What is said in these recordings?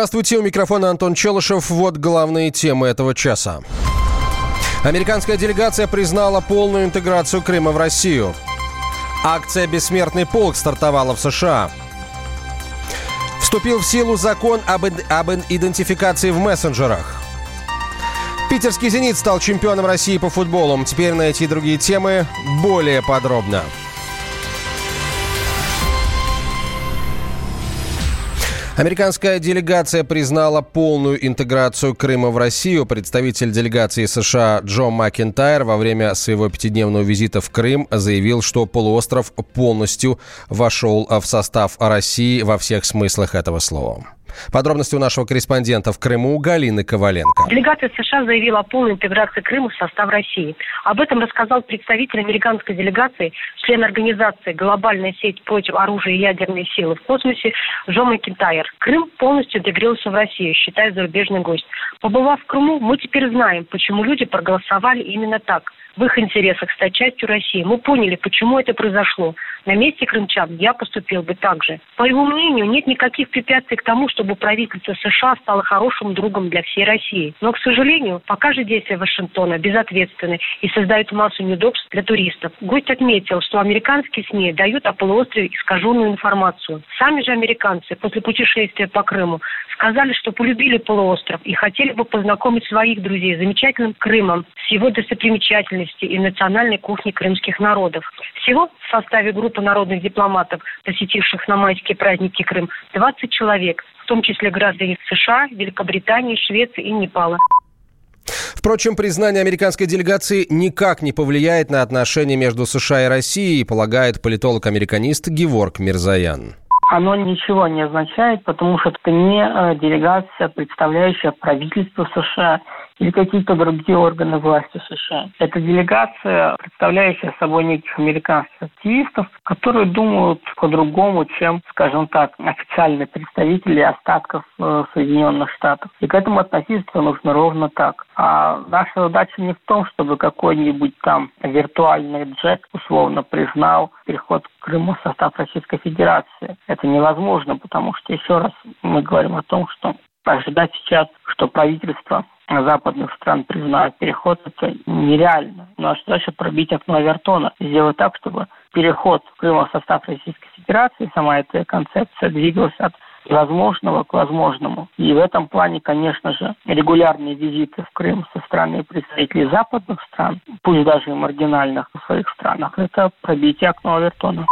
Здравствуйте, у микрофона Антон Челышев. Вот главные темы этого часа. Американская делегация признала полную интеграцию Крыма в Россию. Акция «Бессмертный полк» стартовала в США. Вступил в силу закон об идентификации в мессенджерах. Питерский «Зенит» стал чемпионом России по футболу. Теперь на эти и другие темы более подробно. Американская делегация признала полную интеграцию Крыма в Россию. Представитель делегации США Джо Макентайр во время своего 5-дневного визита в Крым заявил, что полуостров полностью вошел в состав России во всех смыслах этого слова. Подробности у нашего корреспондента в Крыму Галины Коваленко. Делегация США заявила о полной интеграции Крыма в состав России. Об этом рассказал представитель американской делегации, член организации «Глобальная сеть против оружия и ядерной силы в космосе» Джо Макентайр. Крым полностью интегрировался в Россию, считает зарубежный гость. Побывав в Крыму, мы теперь знаем, почему люди проголосовали именно так. В их интересах стать частью России. Мы поняли, почему это произошло. На месте крымчан я поступил бы так же. По его мнению, нет никаких препятствий к тому, чтобы правительство США стало хорошим другом для всей России. Но, к сожалению, пока же действия Вашингтона безответственны и создают массу неудобств для туристов. Гость отметил, что американские СМИ дают о полуострове искаженную информацию. Сами же американцы после путешествия по Крыму сказали, что полюбили полуостров и хотели бы познакомить своих друзей с замечательным Крымом, с его достопримечательностями и национальной кухни крымских народов. Всего в составе группы народных дипломатов, посетивших на майские праздники Крым, 20 человек, в том числе граждане США, Великобритании, Швеции и Непала. Впрочем, признание американской делегации никак не повлияет на отношения между США и Россией, полагает политолог-американист Геворг Мирзоян. Оно ничего не означает, потому что это не делегация, представляющая правительство США или какие-то другие органы власти США. Это делегация, представляющая собой неких американских активистов, которые думают по-другому, чем, скажем так, официальные представители остатков Соединенных Штатов. И к этому относиться нужно ровно так. А наша задача не в том, чтобы какой-нибудь там виртуальный джек условно признал переход к Крыму в состав Российской Федерации. Это невозможно, потому что, еще раз, мы говорим о том, что ожидать сейчас, что правительство западных стран признают переход, это нереально. Наша задача пробить окно Овертона, сделать так, чтобы переход Крыма в состав Российской Федерации, сама эта концепция двигалась от возможного к возможному. И в этом плане, конечно же, регулярные визиты в Крым со стороны представителей западных стран, пусть даже и маргинальных в своих странах, это пробитие окна Овертона.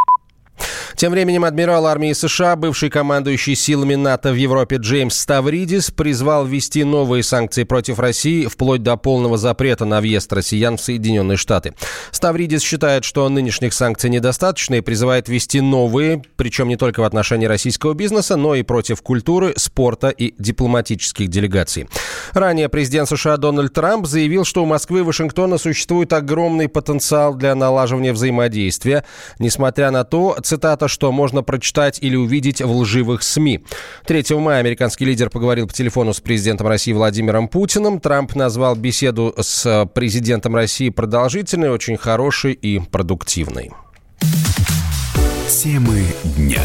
Тем временем адмирал армии США, бывший командующий силами НАТО в Европе Джеймс Ставридис, призвал ввести новые санкции против России вплоть до полного запрета на въезд россиян в Соединенные Штаты. Ставридис считает, что нынешних санкций недостаточно и призывает ввести новые, причем не только в отношении российского бизнеса, но и против культуры, спорта и дипломатических делегаций. Ранее президент США Дональд Трамп заявил, что у Москвы и Вашингтона существует огромный потенциал для налаживания взаимодействия, несмотря на то, цитата, что можно прочитать или увидеть в лживых СМИ. 3 мая американский лидер поговорил по телефону с президентом России Владимиром Путиным. Трамп назвал беседу с президентом России продолжительной, очень хорошей и продуктивной. Темы дня.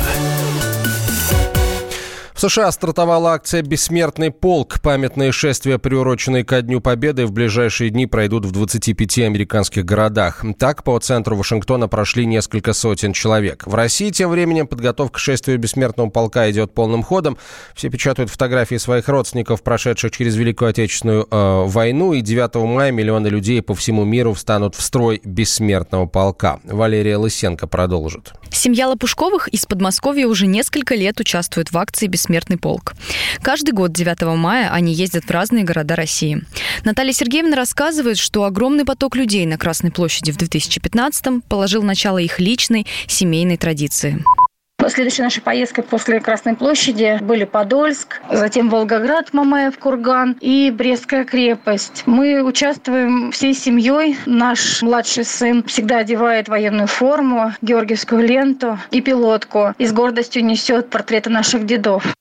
В США стартовала акция «Бессмертный полк». Памятные шествия, приуроченные ко Дню Победы, в ближайшие дни пройдут в 25 американских городах. Так, по центру Вашингтона прошли несколько сотен человек. В России тем временем подготовка к шествию Бессмертного полка идет полным ходом. Все печатают фотографии своих родственников, прошедших через Великую Отечественную войну. И 9 мая миллионы людей по всему миру встанут в строй Бессмертного полка. Валерия Лысенко продолжит. Семья Лопушковых из Подмосковья уже несколько лет участвует в акции «Бессмертный полк». Каждый год 9 мая они ездят в разные города России. Наталья Сергеевна рассказывает, что огромный поток людей на Красной площади в 2015-м положил начало их личной семейной традиции. Следующей нашей поездкой после Красной площади были Подольск, затем Волгоград, Мамаев курган и Брестская крепость. Мы участвуем всей семьей. Наш младший сын всегда одевает военную форму, георгиевскую ленту и пилотку и с гордостью несет портреты наших дедов.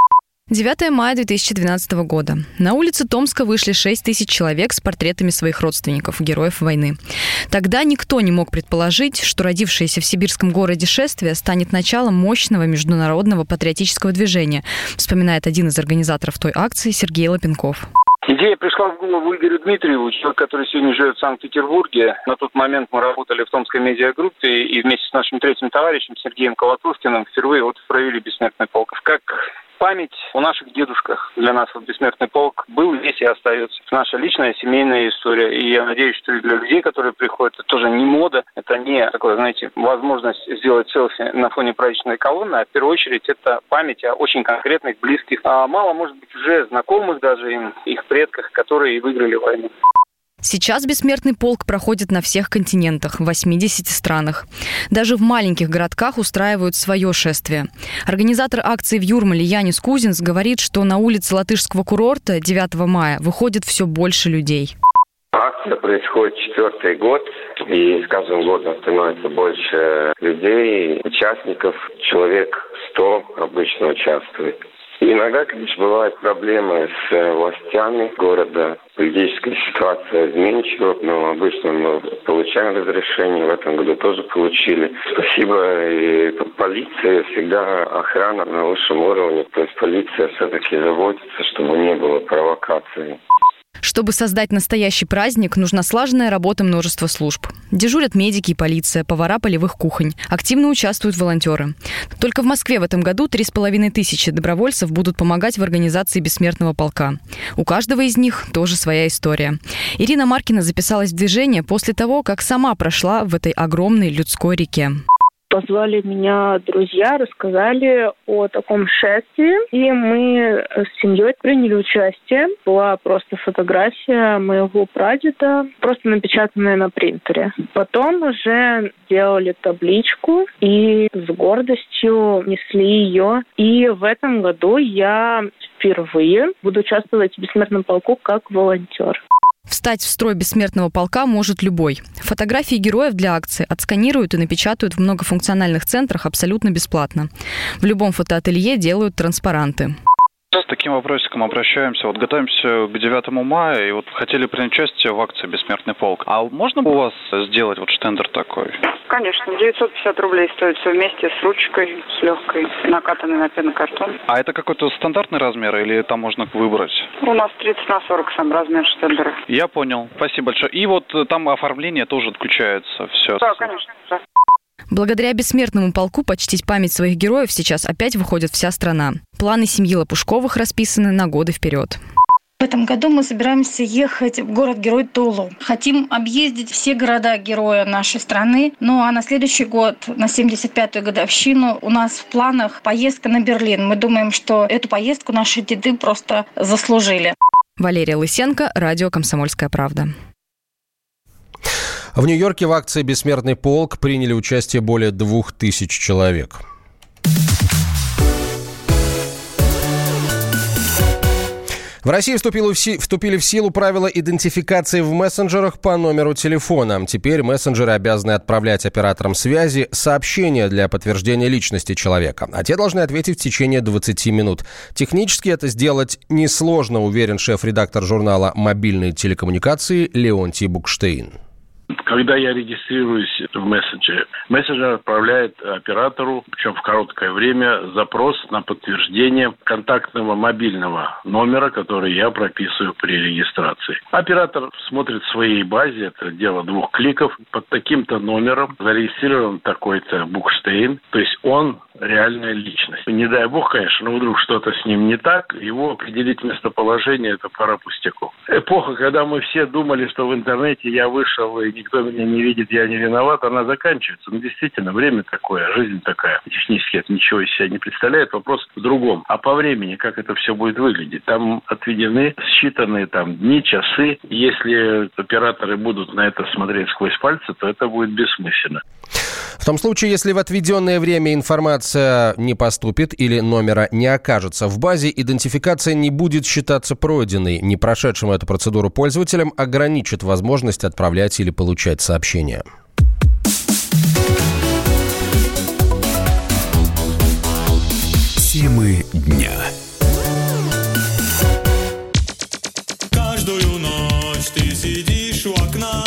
9 мая 2012 года. На улицы Томска вышли 6 тысяч человек с портретами своих родственников, героев войны. Тогда никто не мог предположить, что родившееся в сибирском городе шествие станет началом мощного международного патриотического движения, вспоминает один из организаторов той акции Сергей Лапенков. Идея пришла в голову Игорю Дмитриеву, человек, который сегодня живет в Санкт-Петербурге. На тот момент мы работали в Томской медиагруппе и вместе с нашим третьим товарищем Сергеем Колотушкиным впервые провели «Бессмертный полк». Как память о наших дедушках для нас «Бессмертный полк» был, есть и остается. Это наша личная семейная история. И я надеюсь, что и для людей, которые приходят, это тоже не мода, это не такое, возможность сделать селфи на фоне праздничной колонны, а в первую очередь это память о очень конкретных, близких, мало, может быть, уже знакомых даже им, их предках, которые и выиграли войну. Сейчас «Бессмертный полк» проходит на всех континентах, в 80 странах. Даже в маленьких городках устраивают свое шествие. Организатор акции в Юрмале Янис Кузинс говорит, что на улице латышского курорта 9 мая выходит все больше людей. Акция происходит 4-й год, и с каждым годом становится больше людей, участников. Человек 100 обычно участвует. Иногда, конечно, бывают проблемы с властями города. Политическая ситуация изменчива, но обычно мы получаем разрешение. В этом году тоже получили. Спасибо и полиции. Всегда охрана на высшем уровне. То есть полиция все-таки заботится, чтобы не было провокаций. Чтобы создать настоящий праздник, нужна слаженная работа множества служб. Дежурят медики и полиция, повара полевых кухонь. Активно участвуют волонтеры. Только в Москве в этом году 3500 добровольцев будут помогать в организации «Бессмертного полка». У каждого из них тоже своя история. Ирина Маркина записалась в движение после того, как сама прошла в этой огромной людской реке. Позвали меня друзья, рассказали о таком шествии, и мы с семьей приняли участие. Была просто фотография моего прадеда, просто напечатанная на принтере. Потом уже делали табличку и с гордостью несли ее. И в этом году я впервые буду участвовать в «Бессмертном полку» как волонтер. Встать в строй «Бессмертного полка» может любой. Фотографии героев для акции отсканируют и напечатают в многофункциональных центрах абсолютно бесплатно. В любом фотоателье делают транспаранты. С таким вопросиком обращаемся. Готовимся к 9 мая и хотели принять участие в акции «Бессмертный полк». А можно у вас сделать штендер такой? Конечно, 950 рублей стоит все вместе с ручкой, с легкой, накатанной на пенокартон. А это какой-то стандартный размер или там можно выбрать? У нас 30×40 сам размер штендера. Я понял. Спасибо большое. И там оформление тоже отключается. Все. Да, конечно, да. Благодаря «Бессмертному полку» почтить память своих героев сейчас опять выходит вся страна. Планы семьи Лопушковых расписаны на годы вперед. В этом году мы собираемся ехать в город-герой Тулу. Хотим объездить все города-героя нашей страны. Ну а на следующий год, на 75-ю годовщину, у нас в планах поездка на Берлин. Мы думаем, что эту поездку наши деды просто заслужили. Валерия Лысенко, радио «Комсомольская правда». В Нью-Йорке в акции «Бессмертный полк» приняли участие более 2000 человек. В России вступили в силу правила идентификации в мессенджерах по номеру телефона. Теперь мессенджеры обязаны отправлять операторам связи сообщения для подтверждения личности человека, а те должны ответить в течение 20 минут. Технически это сделать несложно, уверен шеф-редактор журнала «Мобильные телекоммуникации» Леонтий Букштейн. Когда я регистрируюсь в мессенджере, мессенджер отправляет оператору, причем в короткое время, запрос на подтверждение контактного мобильного номера, который я прописываю при регистрации. Оператор смотрит в своей базе, это дело 2 кликов, под таким-то номером зарегистрирован такой-то Букштейн, то есть он реальная личность. Не дай бог, конечно, но вдруг что-то с ним не так, его определить местоположение – это пара пустяков. Эпоха, когда мы все думали, что в интернете я вышел и никто меня не видит, я не виноват, она заканчивается. Ну, действительно, время такое, жизнь такая. Технически это ничего из себя не представляет. Вопрос в другом. А по времени, как это все будет выглядеть? Там отведены считанные дни, часы. Если операторы будут на это смотреть сквозь пальцы, то это будет бессмысленно. В том случае, если в отведенное время информация не поступит или номера не окажется в базе, идентификация не будет считаться пройденной. Не прошедшим эту процедуру пользователям ограничит возможность отправлять или получать сообщения. Темы дня. ты сидишь у окна,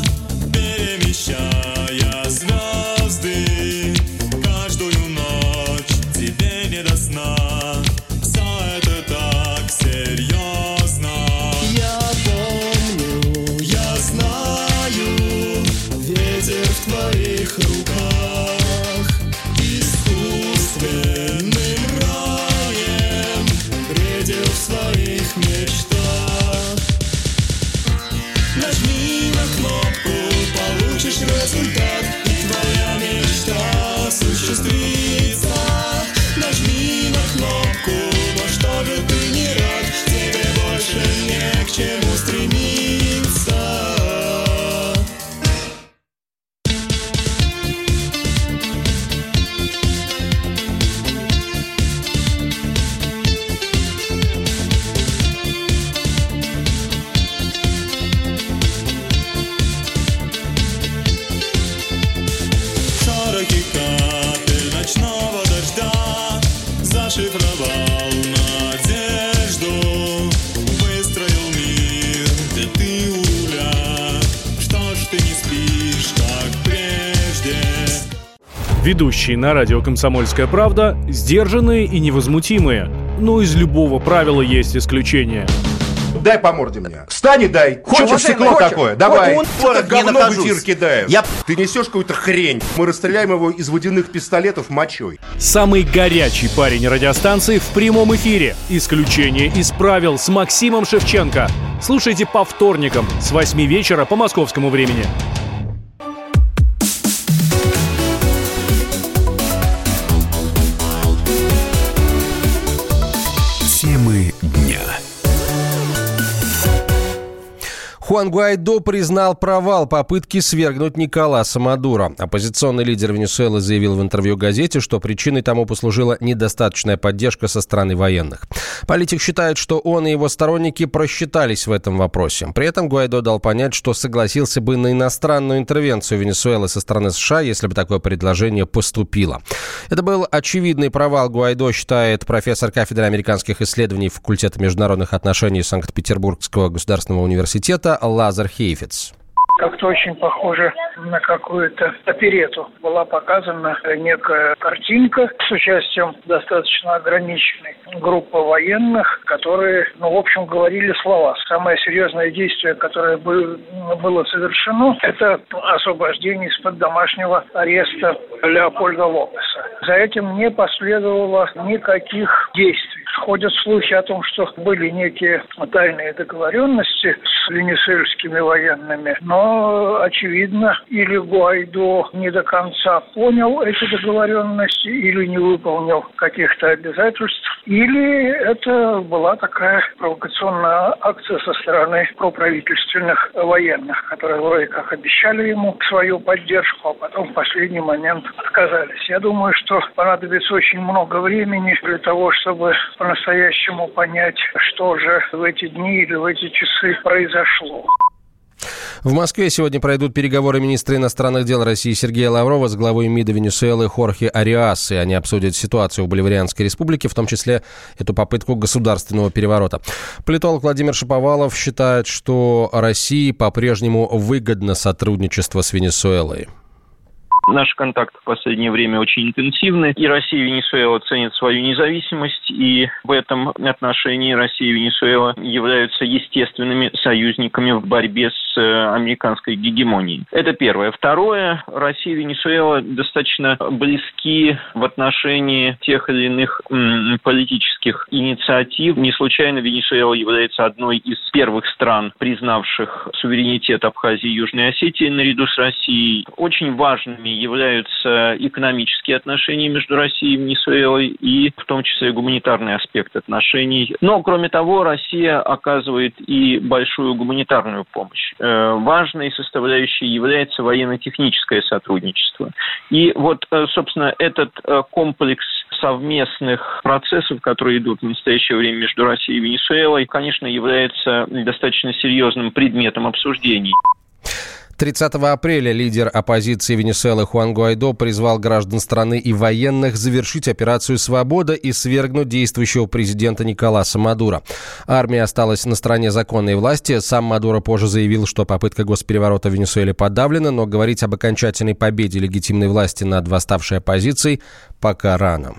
перемещая звезды. Каждую ночь тебе не до сна. Все это так серьезно. Я помню, я знаю, ветер в твоих руках. Искусственным раем бредил в своих мечтах. Нажми на кнопку, получишь результат, и твоя мечта осуществится. Нажми на кнопку, но что же ты не рад? Тебе больше не к чему стремиться. Широки капель ночного дождя зашифровал надежду, выстроил мир, где ты у руля. Что ж ты не спишь, как прежде? Ведущие на радио «Комсомольская правда» сдержанные и невозмутимые. Но из любого правила есть исключение. Дай по морде мне. Встань и дай. Хочешь стекло такое? Давай. Что-то говно в эфир кидаешь. Ты несешь какую-то хрень. Мы расстреляем его из водяных пистолетов мочой. Самый горячий парень радиостанции в прямом эфире. Исключение из правил с Максимом Шевченко. Слушайте по вторникам с 8 вечера по московскому времени. Темы дня. Хуан Гуайдо признал провал попытки свергнуть Николаса Мадуро. Оппозиционный лидер Венесуэлы заявил в интервью газете, что причиной тому послужила недостаточная поддержка со стороны военных. Политик считает, что он и его сторонники просчитались в этом вопросе. При этом Гуайдо дал понять, что согласился бы на иностранную интервенцию Венесуэлы со стороны США, если бы такое предложение поступило. Это был очевидный провал Гуайдо, считает профессор кафедры американских исследований факультета международных отношений Санкт-Петербургского государственного университета Лазар Хейфиц. Как-то очень похоже на какую-то оперетту. Была показана некая картинка с участием достаточно ограниченной группы военных, которые, в общем, говорили слова. Самое серьезное действие, которое было совершено, это освобождение из-под домашнего ареста Леопольда Лопеса. За этим не последовало никаких действий. Ходят слухи о том, что были некие тайные договоренности с венесуэльскими военными, но, очевидно, или Гуайдо не до конца понял эти договоренности, или не выполнил каких-то обязательств, или это была такая провокационная акция со стороны проправительственных военных, которые вроде как обещали ему свою поддержку, а потом в последний момент отказались. Я думаю, что понадобится очень много времени для того, чтобы по-настоящему понять, что же в эти дни или в эти часы произошло. В Москве сегодня пройдут переговоры министра иностранных дел России Сергея Лаврова с главой МИДа Венесуэлы Хорхе Ариасы. Они обсудят ситуацию в Боливарианской республике, в том числе эту попытку государственного переворота. Политолог Владимир Шаповалов считает, что России по-прежнему выгодно сотрудничество с Венесуэлой. Наши контакты в последнее время очень интенсивны. И Россия и Венесуэла ценят свою независимость. И в этом отношении Россия и Венесуэла являются естественными союзниками в борьбе с американской гегемонией. Это первое. Второе. Россия и Венесуэла достаточно близки в отношении тех или иных политических инициатив. Не случайно Венесуэла является одной из первых стран, признавших суверенитет Абхазии и Южной Осетии наряду с Россией. Очень важными являются экономические отношения между Россией и Венесуэлой и в том числе гуманитарный аспект отношений. Но, кроме того, Россия оказывает и большую гуманитарную помощь. Важной составляющей является военно-техническое сотрудничество. И вот, собственно, этот комплекс совместных процессов, которые идут в настоящее время между Россией и Венесуэлой, конечно, является достаточно серьезным предметом обсуждений. 30 апреля лидер оппозиции Венесуэлы Хуан Гуайдо призвал граждан страны и военных завершить операцию «Свобода» и свергнуть действующего президента Николаса Мадуро. Армия осталась на стороне законной власти. Сам Мадуро позже заявил, что попытка госпереворота в Венесуэле подавлена, но говорить об окончательной победе легитимной власти над восставшей оппозицией пока рано.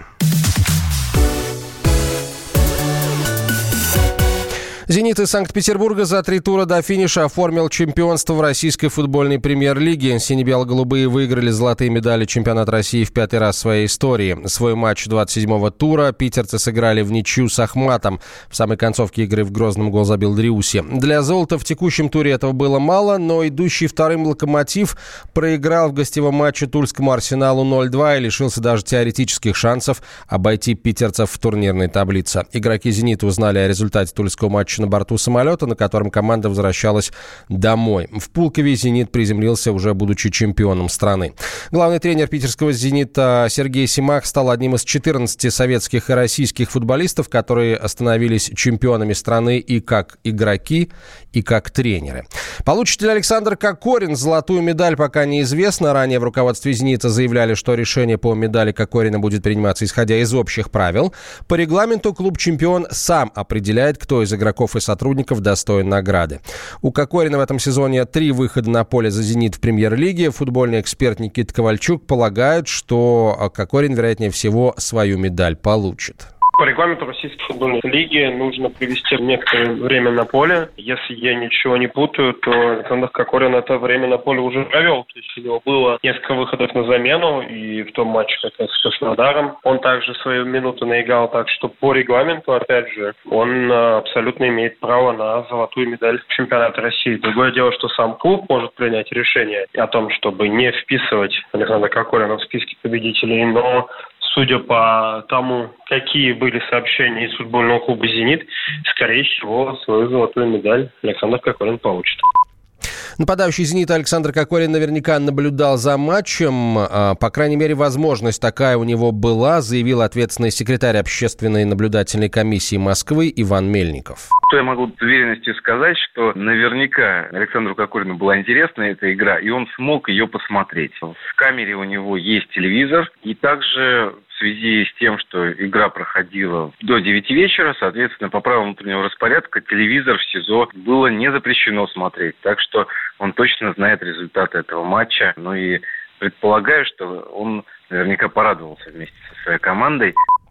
«Зенит» из Санкт-Петербурга за 3 тура до финиша оформил чемпионство в российской футбольной премьер-лиге. Сине-бело-голубые выиграли золотые медали чемпионата России в 5-й раз в своей истории. Свой матч 27-го тура питерцы сыграли в ничью с Ахматом. В самой концовке игры в Грозном гол забил Дриуси. Для золота в текущем туре этого было мало, но идущий вторым «Локомотив» проиграл в гостевом матче Тульскому «Арсеналу» 0-2 и лишился даже теоретических шансов обойти питерцев в турнирной таблице. Игроки «Зенита» узнали о результате тульского матча на борту самолета, на котором команда возвращалась домой. В Пулкове «Зенит» приземлился, уже будучи чемпионом страны. Главный тренер питерского «Зенита» Сергей Симак стал одним из 14 советских и российских футболистов, которые становились чемпионами страны и как игроки, и как тренеры. Получит ли Александр Кокорин золотую медаль, пока неизвестно. Ранее в руководстве «Зенита» заявляли, что решение по медали Кокорина будет приниматься исходя из общих правил. По регламенту клуб-чемпион сам определяет, кто из игроков и сотрудников достоин награды. У Кокорина в этом сезоне 3 выхода на поле за «Зенит» в премьер-лиге. Футбольный эксперт Никита Ковальчук полагает, что Кокорин, вероятнее всего, свою медаль получит. По регламенту Российской футбольной лиги нужно провести некоторое время на поле. Если я ничего не путаю, то Александр Кокорин это время на поле уже провел. То есть у него было несколько выходов на замену, и в том матче как раз с Краснодаром он также свою минуту наиграл. Так что по регламенту, опять же, он абсолютно имеет право на золотую медаль чемпионата России. Другое дело, что сам клуб может принять решение о том, чтобы не вписывать Александра Кокорина в списки победителей, но судя по тому, какие были сообщения из футбольного клуба «Зенит», скорее всего, свою золотую медаль Александр Кокорин получит. Нападающий «Зенита» Александр Кокорин наверняка наблюдал за матчем. По крайней мере, возможность такая у него была, заявил ответственный секретарь Общественной наблюдательной комиссии Москвы Иван Мельников. Что я могу с уверенностью сказать, что наверняка Александру Кокорину была интересна эта игра, и он смог ее посмотреть. В камере у него есть телевизор, и также в связи с тем, что игра проходила до 9 вечера, соответственно, по правилам внутреннего распорядка, телевизор в СИЗО было не запрещено смотреть. Так что он точно знает результаты этого матча. Ну и предполагаю, что он наверняка порадовался вместе со своей командой.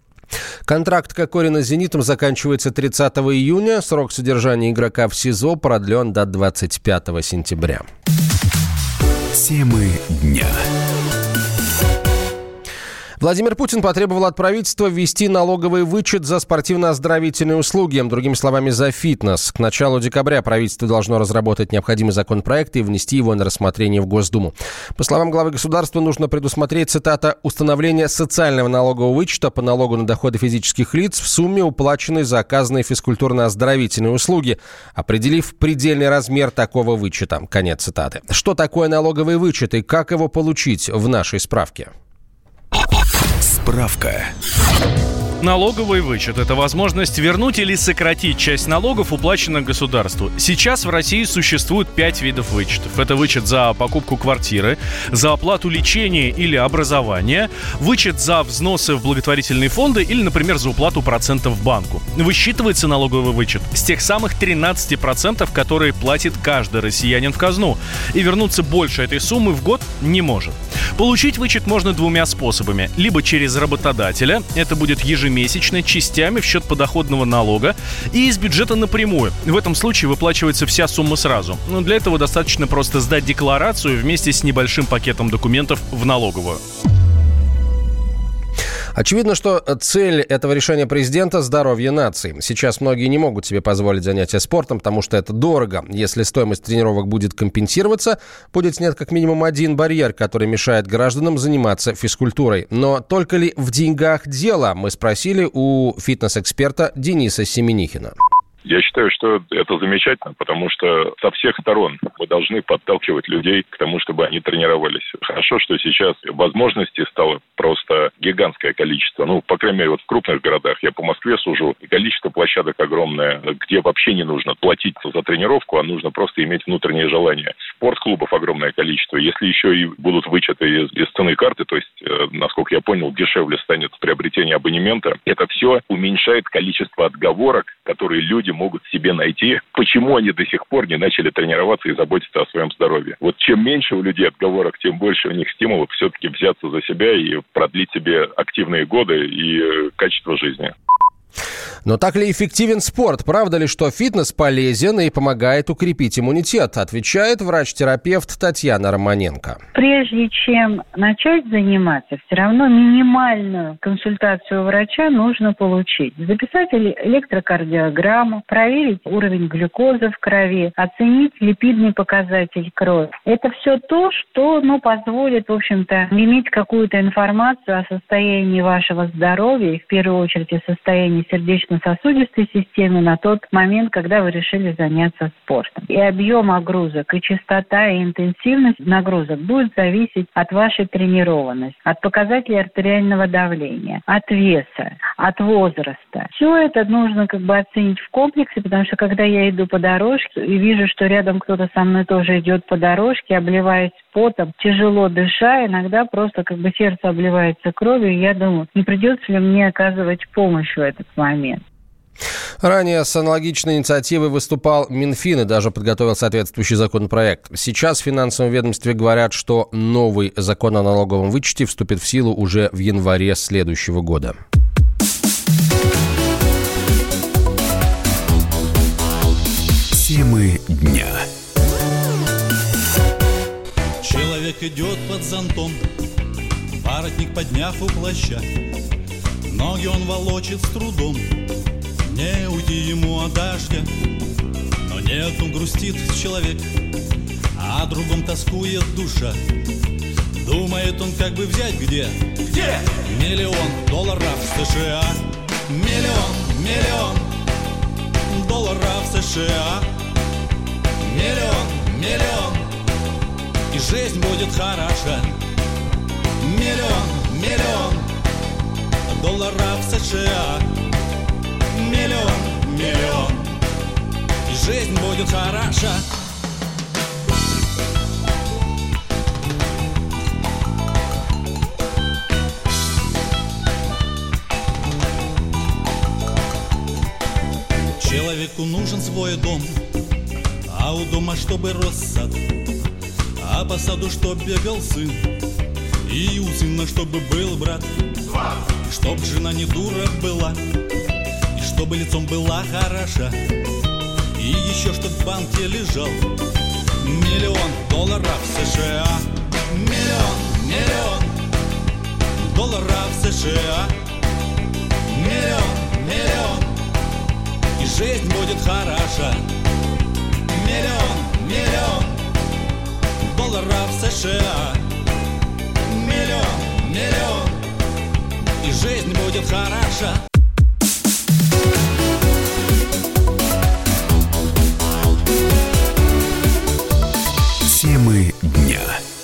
Контракт Кокорина с «Зенитом» заканчивается 30 июня. Срок содержания игрока в СИЗО продлен до 25 сентября. Темы дня. Владимир Путин потребовал от правительства ввести налоговый вычет за спортивно-оздоровительные услуги, другими словами, за фитнес. К началу декабря правительство должно разработать необходимый законопроект и внести его на рассмотрение в Госдуму. По словам главы государства, нужно предусмотреть, цитата, «установление социального налогового вычета по налогу на доходы физических лиц в сумме, уплаченной за оказанные физкультурно-оздоровительные услуги, определив предельный размер такого вычета». Конец цитаты. Что такое налоговый вычет и как его получить, в нашей справке? Справка. Налоговый вычет – это возможность вернуть или сократить часть налогов, уплаченных государству. Сейчас в России существует 5 видов вычетов. Это вычет за покупку квартиры, за оплату лечения или образования, вычет за взносы в благотворительные фонды или, например, за уплату процентов банку. Высчитывается налоговый вычет с тех самых 13%, которые платит каждый россиянин в казну. И вернуться больше этой суммы в год не может. Получить вычет можно 2 способами. Либо через работодателя, это будет ежемесячно, частями в счет подоходного налога и из бюджета напрямую. В этом случае выплачивается вся сумма сразу. Но для этого достаточно просто сдать декларацию вместе с небольшим пакетом документов в налоговую. Очевидно, что цель этого решения президента – здоровье нации. Сейчас многие не могут себе позволить занятия спортом, потому что это дорого. Если стоимость тренировок будет компенсироваться, будет снят как минимум один барьер, который мешает гражданам заниматься физкультурой. Но только ли в деньгах дело? Мы спросили у фитнес-эксперта Дениса Семенихина. Я считаю, что это замечательно, потому что со всех сторон мы должны подталкивать людей к тому, чтобы они тренировались. Хорошо, что сейчас возможностей стало просто гигантское количество. Ну, по крайней мере, вот в крупных городах, я по Москве сужу, и количество площадок огромное, где вообще не нужно платить за тренировку, а нужно просто иметь внутреннее желание. спортклубов огромное количество. Если еще и будут вычеты из цены карты, то есть, насколько я понял, дешевле станет приобретение абонемента, это все уменьшает количество отговорок, которые люди могут себе найти. Почему они до сих пор не начали тренироваться и заботиться о своем здоровье? Вот чем меньше у людей отговорок, тем больше у них стимулов все-таки взяться за себя и продлить себе активные годы и качество жизни. Но так ли эффективен спорт? Правда ли, что фитнес полезен и помогает укрепить иммунитет? Отвечает врач-терапевт Татьяна Романенко. Прежде чем начать заниматься, все равно минимальную консультацию врача нужно получить. Записать электрокардиограмму, проверить уровень глюкозы в крови, оценить липидный показатель крови. Это все то, что позволит, в общем-то, иметь какую-то информацию о состоянии вашего здоровья и, в первую очередь, о состоянии сердечно-сосудистой системы на тот момент, когда вы решили заняться спортом. И объем нагрузок, и частота, и интенсивность нагрузок будет зависеть от вашей тренированности, от показателей артериального давления, от веса, от возраста. Все это нужно оценить в комплексе, потому что когда я иду по дорожке и вижу, что рядом кто-то со мной тоже идет по дорожке, обливаясь потом, тяжело дыша, иногда просто сердце обливается кровью, и я думаю, не придется ли мне оказывать помощь в этот момент. Ранее с аналогичной инициативой выступал Минфин и даже подготовил соответствующий законопроект. Сейчас в финансовом ведомстве говорят, что новый закон о налоговом вычете вступит в силу уже в январе следующего года. Темы дня. Человек идет под зонтом, воротник подняв у плаща. Ноги он волочит с трудом, не уйти ему от дождя. Но нет, он грустит человек, о другом тоскует душа. Думает он, как бы взять где? Где? $1 000 000 США. $1 000 000 США. Миллион. И жизнь будет хороша. $1 000 000 США. Миллион. И жизнь будет хороша. Человеку нужен свой дом, а у дома чтобы рос сад, а по саду чтоб бегал сын, и у сына чтобы был брат, и чтоб жена не дура была, и чтобы лицом была хороша, и еще чтоб в банке лежал $1 000 000 США. $1 000 000 США. Миллион. И жизнь будет хороша. $1 000 000 США. Миллион. И жизнь будет хороша. Темы дня.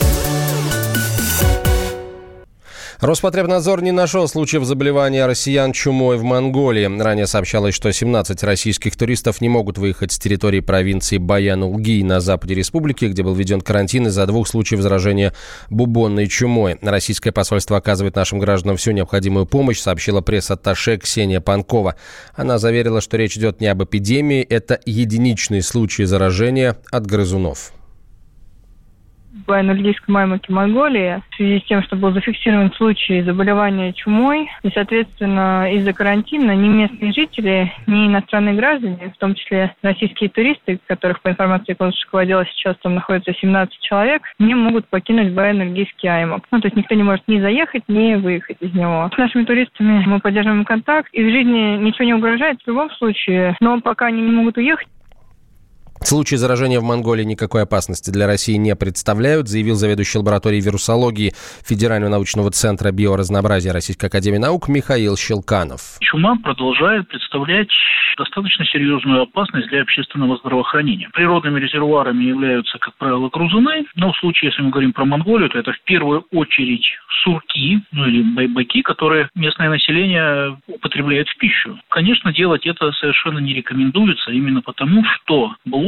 Роспотребнадзор не нашел случаев заболевания россиян чумой в Монголии. Ранее сообщалось, что 17 российских туристов не могут выехать с территории провинции Баян-Улгий на западе республики, где был введен карантин из-за 2 случаев заражения бубонной чумой. Российское посольство оказывает нашим гражданам всю необходимую помощь, сообщила пресс-атташе Ксения Панкова. Она заверила, что речь идет не об эпидемии, это единичные случаи заражения от грызунов. В Баян-Ульгийском аймаке Монголии в связи с тем, что был зафиксирован случай заболевания чумой, и, соответственно, из-за карантина ни местные жители, ни иностранные граждане, в том числе российские туристы, которых, по информации консульского отдела, сейчас там находится 17 человек, не могут покинуть Баян-Ульгийский аймак. То есть никто не может ни заехать, ни выехать из него. С нашими туристами мы поддерживаем контакт, и в жизни ничего не угрожает в любом случае, но пока они не могут уехать. Случаи заражения в Монголии никакой опасности для России не представляют, заявил заведующий лабораторией вирусологии Федерального научного центра биоразнообразия Российской академии наук Михаил Щелканов. Чума продолжает представлять достаточно серьезную опасность для общественного здравоохранения. Природными резервуарами являются, как правило, грызуны, но в случае, если мы говорим про Монголию, то это в первую очередь сурки, или байбаки, которые местное население употребляет в пищу. Конечно, делать это совершенно не рекомендуется, именно потому, что блохи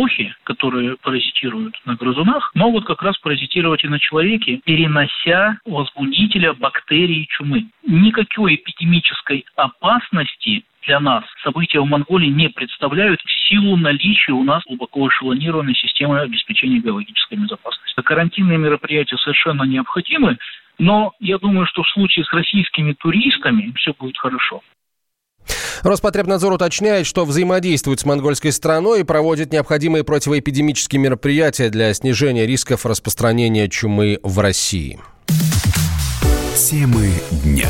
блохи, которые паразитируют на грызунах, могут как раз паразитировать и на человеке, перенося возбудителя бактерии чумы. Никакой эпидемической опасности для нас события в Монголии не представляют в силу наличия у нас глубоко эшелонированной системы обеспечения биологической безопасности. Карантинные мероприятия совершенно необходимы, но я думаю, что в случае с российскими туристами все будет хорошо. Роспотребнадзор уточняет, что взаимодействует с монгольской страной и проводит необходимые противоэпидемические мероприятия для снижения рисков распространения чумы в России. Темы дня.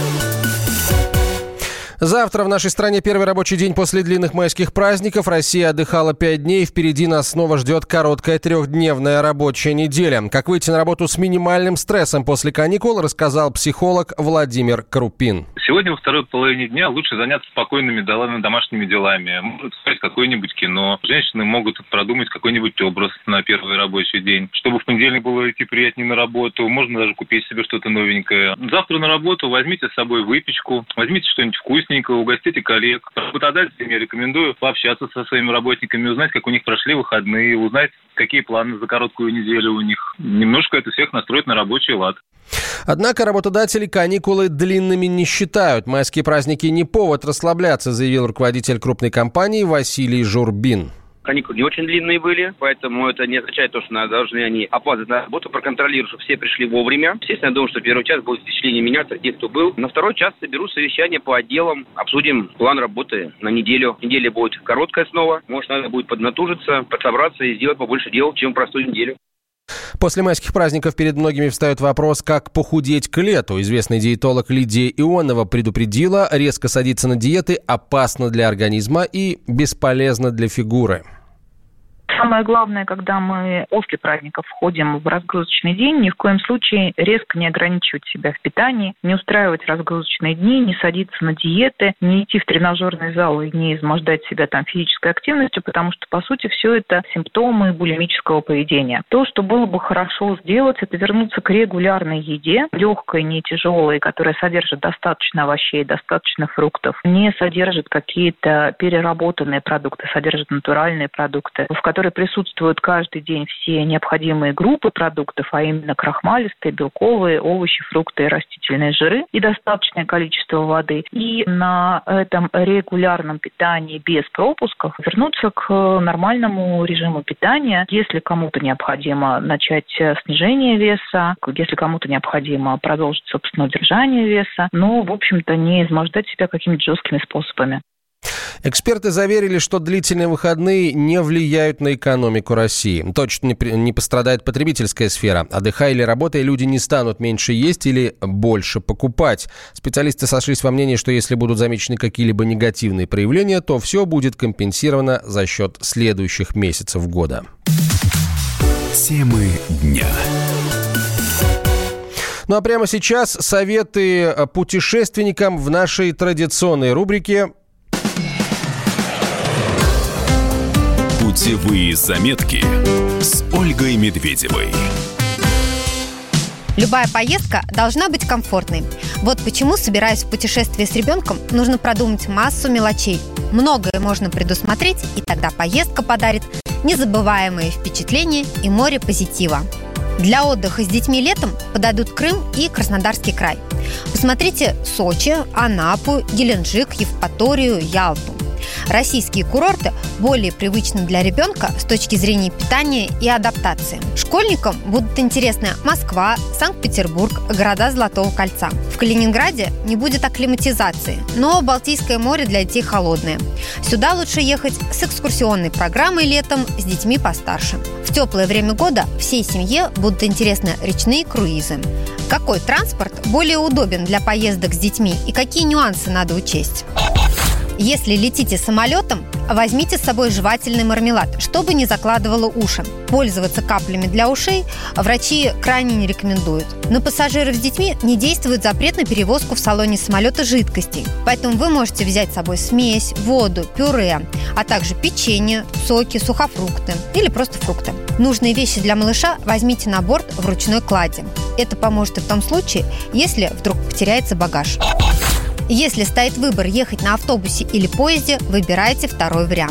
Завтра в нашей стране первый рабочий день после длинных майских праздников. Россия отдыхала 5 дней. Впереди нас снова ждет короткая 3-дневная рабочая неделя. Как выйти на работу с минимальным стрессом после каникул, рассказал психолог Владимир Крупин. Сегодня во второй половине дня лучше заняться спокойными домашними делами. Может смотреть какое-нибудь кино. Женщины могут продумать какой-нибудь образ на первый рабочий день. Чтобы в понедельник было идти приятнее на работу, можно даже купить себе что-то новенькое. Завтра на работу возьмите с собой выпечку, возьмите что-нибудь вкусненькое, угостите коллег. Работодателям я рекомендую пообщаться со своими работниками, узнать, как у них прошли выходные, узнать, какие планы за короткую неделю у них. Немножко это всех настроить на рабочий лад. Однако работодатели каникулы длинными не считают. Майские праздники не повод расслабляться, заявил руководитель крупной компании Василий Журбин. Каникулы не очень длинные были, поэтому это не означает то, что должны они опаздывать на работу, проконтролировать, чтобы все пришли вовремя. Естественно, я думаю, что первый час будет впечатление меняться, те, кто был. На второй час соберу совещание по отделам, обсудим план работы на неделю. Неделя будет короткая снова, может, надо будет поднатужиться, подсобраться и сделать побольше дел, чем в простую неделю. После майских праздников перед многими встает вопрос, как похудеть к лету. Известный диетолог Лидия Ионова предупредила, резко садиться на диеты опасно для организма и бесполезно для фигуры. Самое главное, когда мы после праздников входим в разгрузочный день, ни в коем случае резко не ограничивать себя в питании, не устраивать разгрузочные дни, не садиться на диеты, не идти в тренажерный зал и не измождать себя там физической активностью, потому что, по сути, все это симптомы булимического поведения. То, что было бы хорошо сделать, это вернуться к регулярной еде, легкой, не тяжелой, которая содержит достаточно овощей, достаточно фруктов, не содержит какие-то переработанные продукты, содержит натуральные продукты, в которые присутствуют каждый день все необходимые группы продуктов, а именно крахмалистые, белковые, овощи, фрукты и растительные жиры, и достаточное количество воды. И на этом регулярном питании без пропусков вернуться к нормальному режиму питания. Если кому-то необходимо начать снижение веса, если кому-то необходимо продолжить собственное удержание веса, но, в общем-то, не измождать себя какими-то жесткими способами. Эксперты заверили, что длительные выходные не влияют на экономику России. Точно не пострадает потребительская сфера. Отдыхая или работая, люди не станут меньше есть или больше покупать. Специалисты сошлись во мнении, что если будут замечены какие-либо негативные проявления, то все будет компенсировано за счет следующих месяцев года. Темы дня. Ну а прямо сейчас советы путешественникам в нашей традиционной рубрике «Путевые заметки» с Ольгой Медведевой. Любая поездка должна быть комфортной. Вот почему, собираясь в путешествие с ребенком, нужно продумать массу мелочей. Многое можно предусмотреть, и тогда поездка подарит незабываемые впечатления и море позитива. Для отдыха с детьми летом подойдут Крым и Краснодарский край. Посмотрите Сочи, Анапу, Геленджик, Евпаторию, Ялту. Российские курорты более привычны для ребенка с точки зрения питания и адаптации. Школьникам будут интересны Москва, Санкт-Петербург, города Золотого кольца. В Калининграде не будет акклиматизации, но Балтийское море для детей холодное. Сюда лучше ехать с экскурсионной программой летом с детьми постарше. В теплое время года всей семье будут интересны речные круизы. Какой транспорт более удобен для поездок с детьми и какие нюансы надо учесть? Если летите самолетом, возьмите с собой жевательный мармелад, чтобы не закладывало уши. Пользоваться каплями для ушей врачи крайне не рекомендуют. На пассажиров с детьми не действует запрет на перевозку в салоне самолета жидкостей. Поэтому вы можете взять с собой смесь, воду, пюре, а также печенье, соки, сухофрукты или просто фрукты. Нужные вещи для малыша возьмите на борт в ручной кладе. Это поможет и в том случае, если вдруг потеряется багаж. Если стоит выбор ехать на автобусе или поезде, выбирайте второй вариант.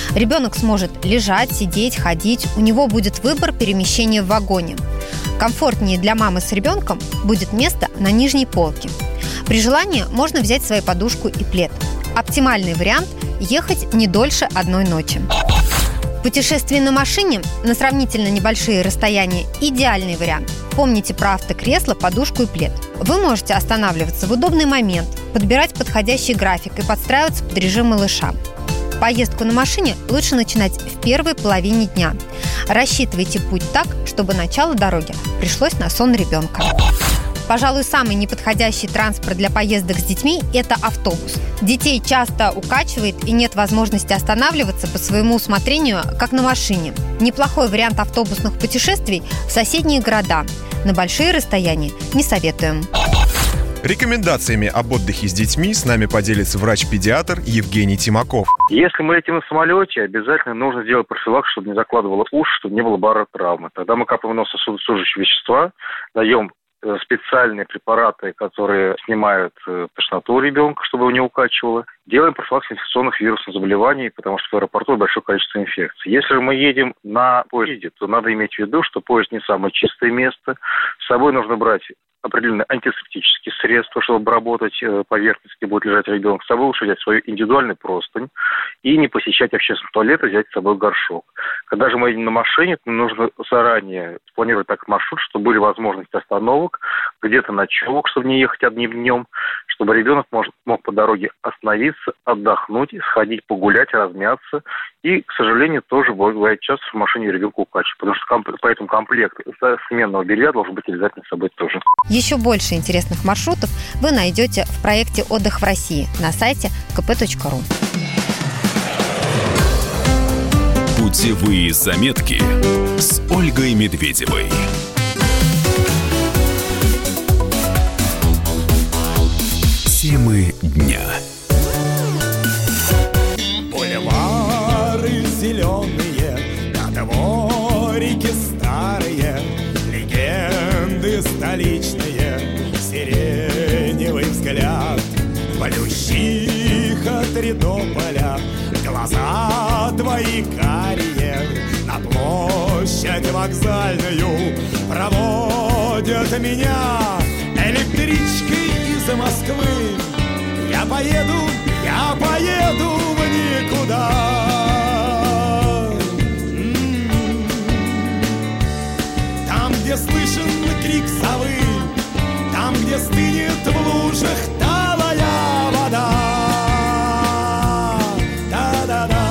Ребенок сможет лежать, сидеть, ходить. У него будет выбор перемещения в вагоне. Комфортнее для мамы с ребенком будет место на нижней полке. При желании можно взять свою подушку и плед. Оптимальный вариант – ехать не дольше одной ночи. Путешествие на машине на сравнительно небольшие расстояния – идеальный вариант. Помните про автокресло, подушку и плед. Вы можете останавливаться в удобный момент, подбирать подходящий график и подстраиваться под режим малыша. Поездку на машине лучше начинать в первой половине дня. Рассчитывайте путь так, чтобы начало дороги пришлось на сон ребенка. Пожалуй, самый неподходящий транспорт для поездок с детьми – это автобус. Детей часто укачивает и нет возможности останавливаться по своему усмотрению, как на машине. Неплохой вариант автобусных путешествий – в соседние города. На большие расстояния не советуем. Рекомендациями об отдыхе с детьми с нами поделится врач-педиатр Евгений Тимаков. Если мы летим на самолете, обязательно нужно сделать профилактику, чтобы не закладывало уши, чтобы не было баротравмы. Тогда мы капаем в нос сосудосужащие вещества, даем специальные препараты, которые снимают тошноту у ребенка, чтобы его не укачивало. Делаем профилактику инфекционных вирусных заболеваний, потому что в аэропорту большое количество инфекций. Если же мы едем на поезде, то надо иметь в виду, что поезд не самое чистое место. С собой нужно брать определенные антисептические средства, чтобы обработать поверхность, где будет лежать ребенок. С собой лучше взять свою индивидуальную простынь и не посещать общественный туалет, взять с собой горшок. Когда же мы едем на машине, то нужно заранее спланировать так маршрут, чтобы были возможности остановок, где-то ночевок, чтобы не ехать одним днем, чтобы ребенок мог по дороге остановиться, отдохнуть, сходить погулять, размяться. И, к сожалению, тоже бывает часто в машине ребенка укачивает, потому что поэтому комплект сменного белья должен быть обязательно с собой тоже. Еще больше интересных маршрутов вы найдете в проекте «Отдых в России» на сайте kp.ru. Путевые заметки с Ольгой Медведевой. Темы дня. Бульвары зеленые, на дворике старые, легенды столичные, сиреневый взгляд, полющих от Редополя, глаза твои карие, на площадь вокзальную проводят меня электричкой из Москвы. Я поеду в никуда. Там, где слышен крик совы, там, где стынет в лужах талая вода. Да-да-да.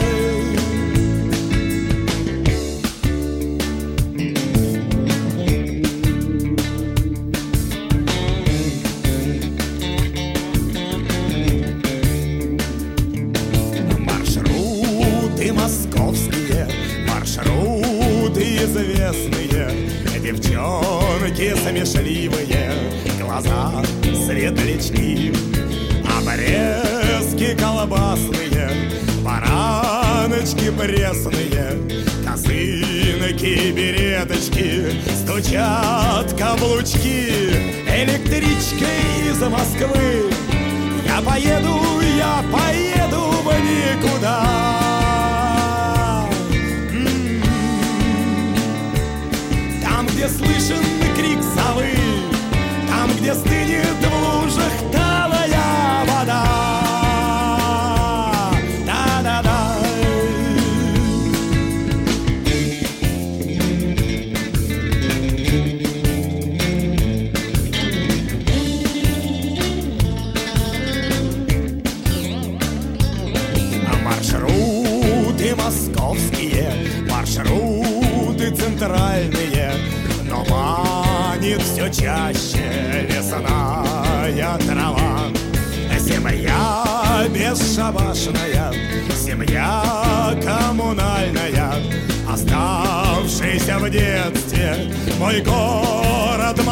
Московские маршруты известные, девчонки смешливые, глаза светлячки, обрезки колбасные, бараночки пресные, косынки, береточки, стучат каблучки. Электричкой из Москвы я поеду в никуда. Там, где слышен крик совы, там, где стынет в лужах талая вода. Да-да-да. Маршруты московские, маршруты центральные, но манит все чаще лесная трава. Семья бесшабашная, семья коммунальная, оставшийся в детстве мой город